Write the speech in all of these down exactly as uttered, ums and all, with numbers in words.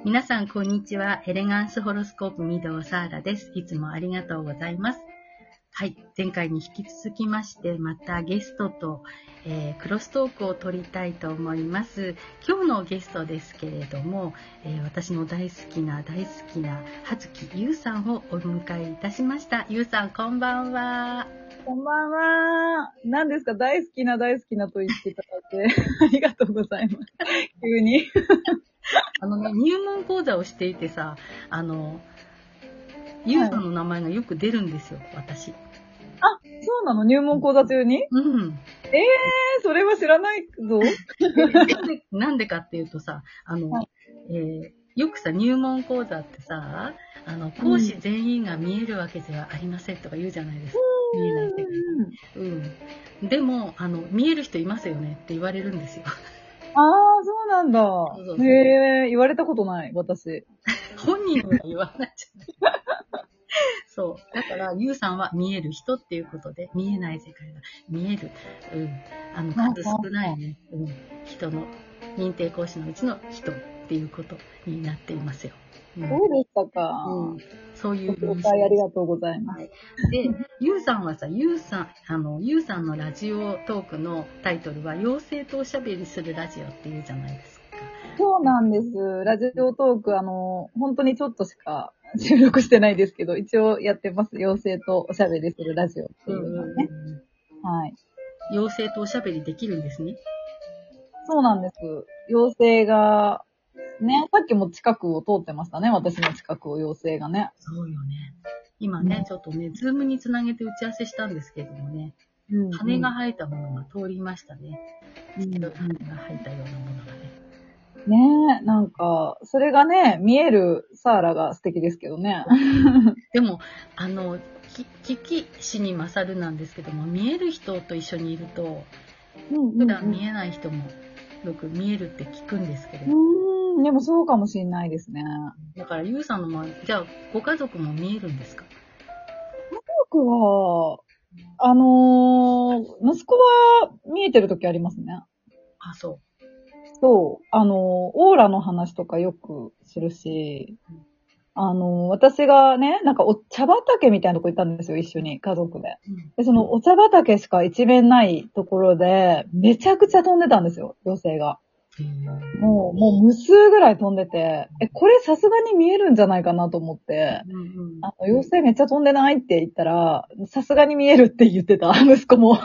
皆さん、こんにちは。エレガンスホロスコープ御堂サーラです。いつもありがとうございます。はい。前回に引き続きまして、またゲストと、えー、クロストークを取りたいと思います。今日のゲストですけれども、えー、私の大好きな大好きな葉月優さんをお迎えいたしました。優さん、こんばんは。 こんばんは。何ですか、大好きな大好きなと言ってたって。ありがとうございます。急に。 あのね、入門講座をしていてさ、あの、優さんの名前がよく出るんですよ、私。 あ、そうなの？入門講座中に？ うん。 ええー、それは知らないぞ。 なんで、なんでかっていうとさ、あの、 はい、 えー、よくさ、入門講座ってさ、あの、講師全員が見えるわけではありませんとか言うじゃないですか。見えない世界。うん。でも、あの、見える人いますよねって言われるんですよ。 ああ、そうなんだ。 そうそうそう、 へえ、言われたことない、私。 本人は言わないじゃない。そう。だから、ゆうさんは見える人っていうことで、見えない世界が見える。うん。あの、数少ないね、うん、人の、認定講師のうちの人っていうことになっていますよ。 うん、そうでしたか。 うん。そういう。 ご紹介ありがとうございます。はい、 で、ゆうさんはさ、ゆうさん、あの、ゆうさんのラジオトークのタイトルは、妖精とおしゃべりするラジオっていうじゃないですか。 そうなんです。ラジオトーク、あの、本当にちょっとしか収録してないですけど、一応やってます。妖精とおしゃべりするラジオっていうのね。はい。 妖精とおしゃべりできるんですね。 そうなんです。妖精が、ね、さっきも近くを通ってましたね。私の近くを妖精がね。 そうよね。今ね、うん、ちょっとね、ズームにつなげて打ち合わせしたんですけどもね、うんうん、羽が生えたものが通りましたね。白い羽が生えたようなものがね。 ねえ、なんか、それがね、見えるサーラが素敵ですけどね。 でも、あの、聞き師に勝るなんですけども、見える人と一緒にいると、うんうんうん、普段見えない人もよく見えるって聞くんですけれど。 うーん、でもそうかもしれないですね。 だから、ゆうさんの周り、じゃあ、ご家族も見えるんですか？ 家族は、あのー、息子は見えてるときありますね。 あ、そう。 そう。あのー、オーラの話とかよくするし、うん、あの、私がね、なんかお茶畑みたいなとこ行ったんですよ、一緒に、家族で。で、そのお茶畑しか一面ないところで、めちゃくちゃ飛んでたんですよ、妖精が。もう、もう無数ぐらい飛んでて、え、これさすがに見えるんじゃないかなと思って、うんうん、あの、妖精めっちゃ飛んでないって言ったら、さすがに見えるって言ってた、息子も。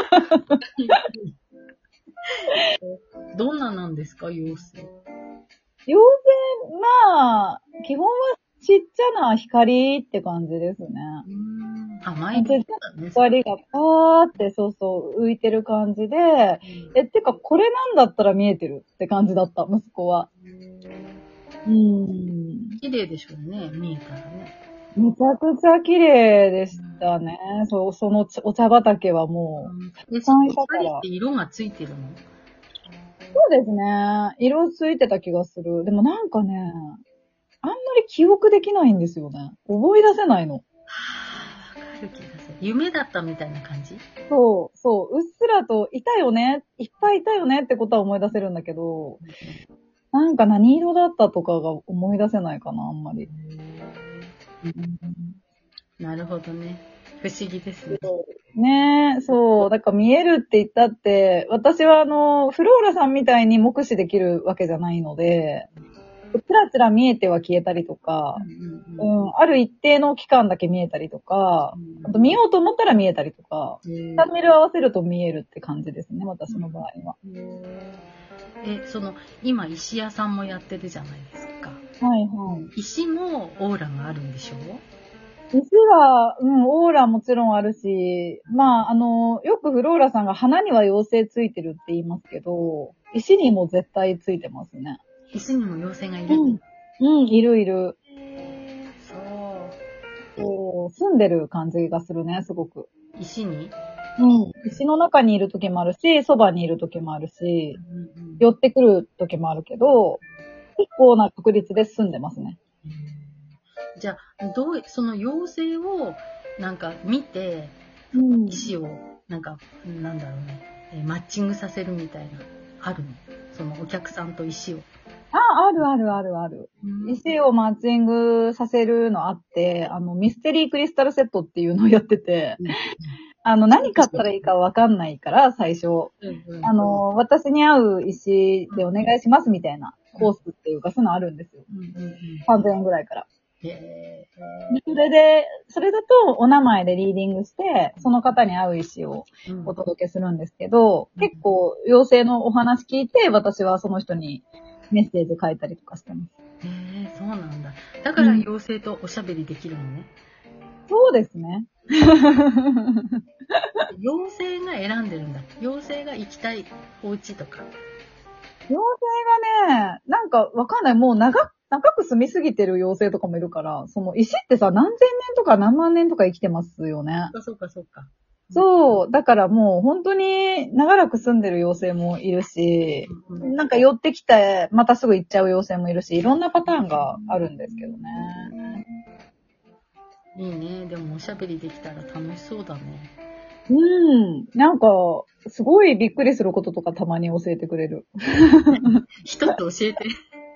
どんななんですか、妖精。 妖精、まあ、基本はちっちゃな光って感じですね。うーん。あ、毎日だね。 光がパーってそうそう浮いてる感じで、うん、え、てかこれなんだったら見えてるって感じだった、息子は。 うーん。綺麗でしょうね、見えたらね。 めちゃくちゃ綺麗でしたね。うん、そう、そのお茶畑はもう、たくさんいたから。 光って色がついてるの？ そうですね。色ついてた気がする。でもなんかね、あんまり記憶できないんですよね。覚え出せないの。 はぁ、わかる気がする。夢だったみたいな感じ？ そう、そう。うっすらと、いたよね、いっぱいいたよねってことは思い出せるんだけど、なんか何色だったとかが思い出せないかな、あんまり。 うん、なるほどね。不思議ですね。 ねえ、そう。だから見えるって言ったって、私はあの、フローラさんみたいに目視できるわけじゃないので、つらつら見えては消えたりとか、うん、うん、ある一定の期間だけ見えたりとか、うん、あと見ようと思ったら見えたりとか、チャンネル合わせると見えるって感じですね、私の場合は。 え、その、今石屋さんもやってるじゃないですか。 はいはい。 石もオーラがあるんでしょう？ 石は、うん、オーラもちろんあるし、まあ、あの、よくフローラさんが花には妖精ついてるって言いますけど、石にも絶対ついてますね。 石にも妖精がいる？ うん、うん、いるいる。 へー、そう。 そう、住んでる感じがするね、すごく。 石に？ うん。石の中にいる時もあるし、そばにいる時もあるし、うんうん、寄ってくる時もあるけど、結構な確率で住んでますね。 じゃあ、どう、その妖精を、なんか見て、うん、石を、なんか、なんだろうね、えー、マッチングさせるみたいな、あるの？そのお客さんと石を。 あ、あるあるあるある。石をマッチングさせるのあって、あの、ミステリークリスタルセットっていうのをやってて、うん、あの、何買ったらいいかわかんないから、最初。うんうん、あの、私に合う石でお願いしますみたいなコースっていうか、そういうのあるんですよ。うんうんうん、さんぜんえんぐらいから。へー。それで、それだとお名前でリーディングして、その方に合う石をお届けするんですけど、うん、結構、妖精のお話聞いて、私はその人にメッセージ書いたりとかしてます。 へえ、そうなんだ。だから妖精とおしゃべりできるのね。 うん、そうですね。 妖精が選んでるんだ。妖精が行きたいお家とか。 妖精がね、なんかわかんない。もう長、長く住みすぎてる妖精とかもいるから、その石ってさ、何千年とか何万年とか生きてますよね。 そうかそうか。 そう。だからもう本当に長らく住んでる妖精もいるし、うん、なんか寄ってきて、またすぐ行っちゃう妖精もいるし、いろんなパターンがあるんですけどね。 いいね。でもおしゃべりできたら楽しそうだね。 うん。なんか、すごいびっくりすることとかたまに教えてくれる。 一つ教えて。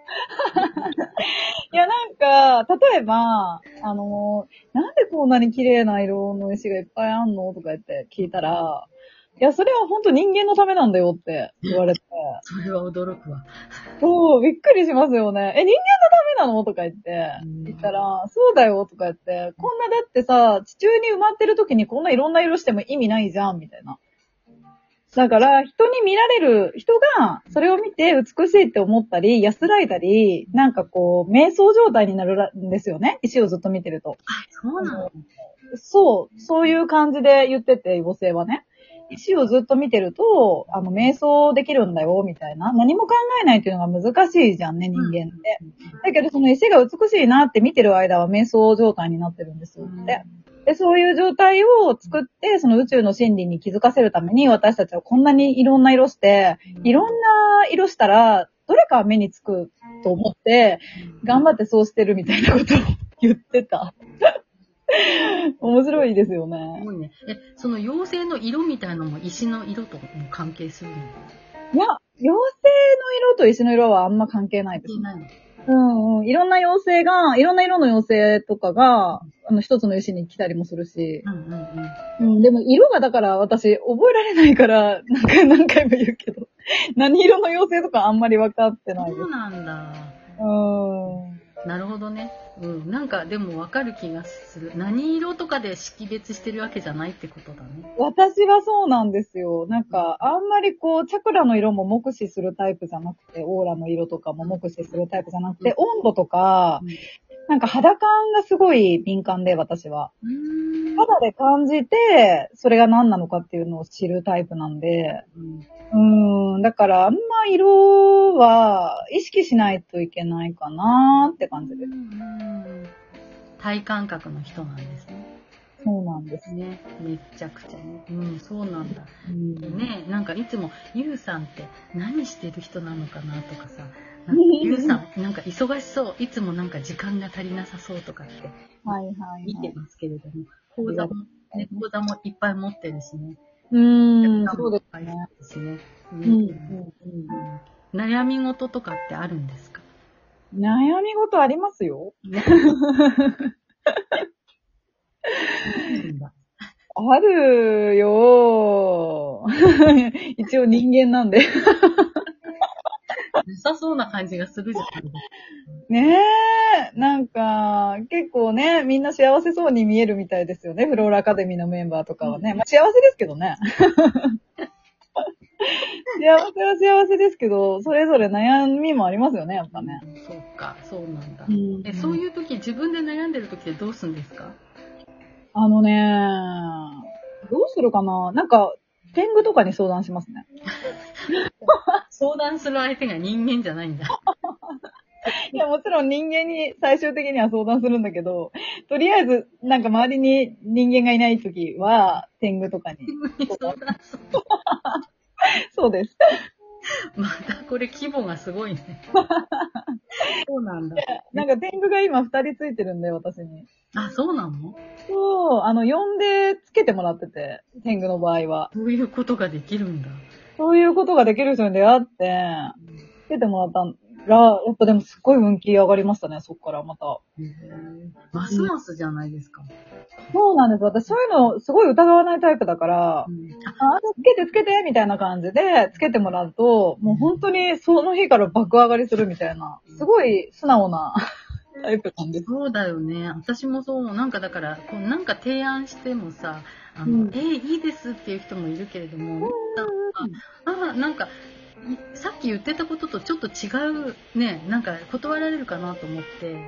いや、なんか、例えば、あの、なんでこんなに綺麗な色の石がいっぱいあんのとか言って聞いたら、いや、それは本当人間のためなんだよって言われて。 それは驚くわ。 そう、びっくりしますよね。え、人間のためなのとか言って、言ったら、そうだよとか言って、こんなだってさ、地中に埋まってる時にこんないろんな色しても意味ないじゃん、みたいな。だから、人に見られる人が、それを見て美しいって思ったり、安らいだり、なんかこう、瞑想状態になるんですよね。石をずっと見てると。 あ、そうなの？ そう、そういう感じで言ってて、妖精はね。石をずっと見てると、あの、瞑想できるんだよ、みたいな。何も考えないっていうのが難しいじゃんね、人間って。だけど、その石が美しいなって見てる間は瞑想状態になってるんですよって。で、そういう状態を作って、その宇宙の真理に気づかせるために、私たちはこんなにいろんな色して、いろんな色したら、どれか目につくと思って、頑張ってそうしてるみたいなことを言ってた。面白いですよね。 すごいね。え、その妖精の色みたいなのも石の色とも関係するの？いや、妖精の色と石の色はあんま関係ないです。関係ないの？うんうん。いろんな妖精が、いろんな色の妖精とかが、あの、一つの石に来たりもするし。うんうんうん。うん、でも色がだから私覚えられないから、なんか何回も言うけど、何色の妖精とかあんまり分かってないです。 そうなんだ。 うん。 なるほどね。うん。なんかでも分かる気がする。何色とかで識別してるわけじゃないってことだね。 私はそうなんですよ。なんか、あんまりこう、チャクラの色も目視するタイプじゃなくて、オーラの色とかも目視するタイプじゃなくて、うん、温度とか、うん、なんか肌感がすごい敏感で、私は。肌で感じて、それが何なのかっていうのを知るタイプなんで、うん、うーん、だからあんま色は意識しないといけないかなーって感じです。うん、 体感覚の人なんですね。 そうなんですね。めっちゃくちゃね。うん、そうなんだ。うん、ね、なんかいつもゆうさんって何してる人なのかなとかさ、なんかゆうさんなんか忙しそう、いつもなんか時間が足りなさそうとかってはいはい、はい、 見てますけれども、講座もね、講座もいっぱい持ってるしね。 うーん、そうですね。 ですね。うんうんうん、悩み事とかってあるんですか？ 悩み事ありますよ。あるよー。一応人間なんで。 なさそうな感じがするじゃないですか。 ねえ、なんか、結構ね、みんな幸せそうに見えるみたいですよね。フローラアカデミーのメンバーとかはね。まあ幸せですけどね。幸せは幸せですけど、それぞれ悩みもありますよね、やっぱね。 そうか、そうなんだ。うん、え、そういう時、自分で悩んでる時ってどうするんですか？ あのね、どうするかな？なんか、天狗とかに相談しますね。 相談する相手が人間じゃないんだ。 いや、もちろん人間に最終的には相談するんだけど、とりあえず、なんか周りに人間がいない時は、天狗とかに。 相談する。 そうです。 またこれ規模がすごいね。そうなんだ。 なんか天狗が今二人ついてるんで、私に。 あ、そうなの？ そう、あの、呼んでつけてもらってて、天狗の場合は。 そういうことができるんだ。 そういうことができる人に出会って、つけてもらったんら、やっぱでもすっごい運気上がりましたね、そっからまた。 へーますますじゃないですか。 そうなんです。私そういうのすごい疑わないタイプだから、 うん、あ、 あ、つけてつけてみたいな感じでつけてもらうと、もう本当にその日から爆上がりするみたいな、すごい素直なタイプなんです。 そうだよね。私もそう、なんかだから、こうなんか提案してもさ、あの、 うんえー、いいですっていう人もいるけれども、ああ、なんか、さっき言ってたこととちょっと違うね、なんか断られるかなと思って、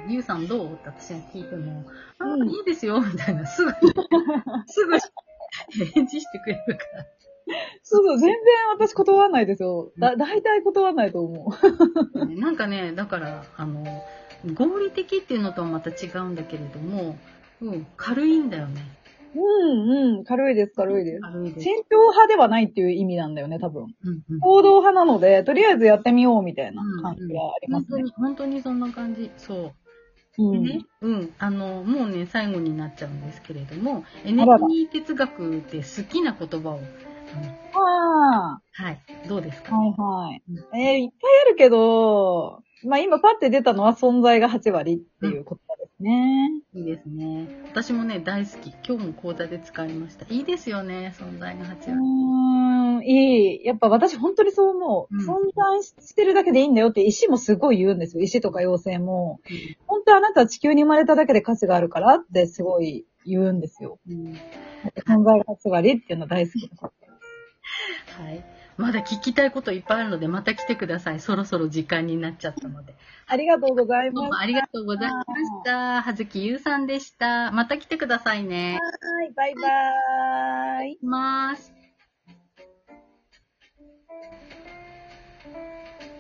ゆうさんどうって私が聞いても、あ、 うんいいですよ、みたいな、すぐ、すぐ返事してくれるから。 そうそう、全然私断らないですよ。だ、大体断らないと思ねなんかね、だから、あの、合理的っていうのとはまた違うんだけれども、うん、軽いんだよね。 う。うんうん、軽いです、軽いです。 軽いです。 慎重派ではないっていう意味なんだよね、多分。 うんうん。 行動派なので、とりあえずやってみようみたいな感じうんうん、 がありますね。 本当に、本当にそんな感じ。そう。でうん。 ね、うん、あの、もうね、最後になっちゃうんですけれども、エネルあらら。 ギー哲学で好きな言葉を、うん、 ああ。 はい、どうですか？ はいはい。 うんえー、いっぱいあるけど、まあ今パッて出たのは存在がはち割っていう言葉ですね。 いいですね。私もね、大好き。今日も講座で使いました。いいですよね、存在のはちう割。 ーん、いい。やっぱ私本当にそう思う。 うん存在してるだけでいいんだよって石もすごい言うんですよ。石とか妖精も。 うん本当あなたは地球に生まれただけで価値があるからってすごい言うんですよ。 うん、 存在がはち割っていうの大好きです。 はい。まだ聞きたいこといっぱいあるので、また来てください。そろそろ時間になっちゃったので。 ありがとうございどうます。 もありがとうございました。はずきゆうさんでした。また来てくださいね。 はい、バイバーイ。 ます。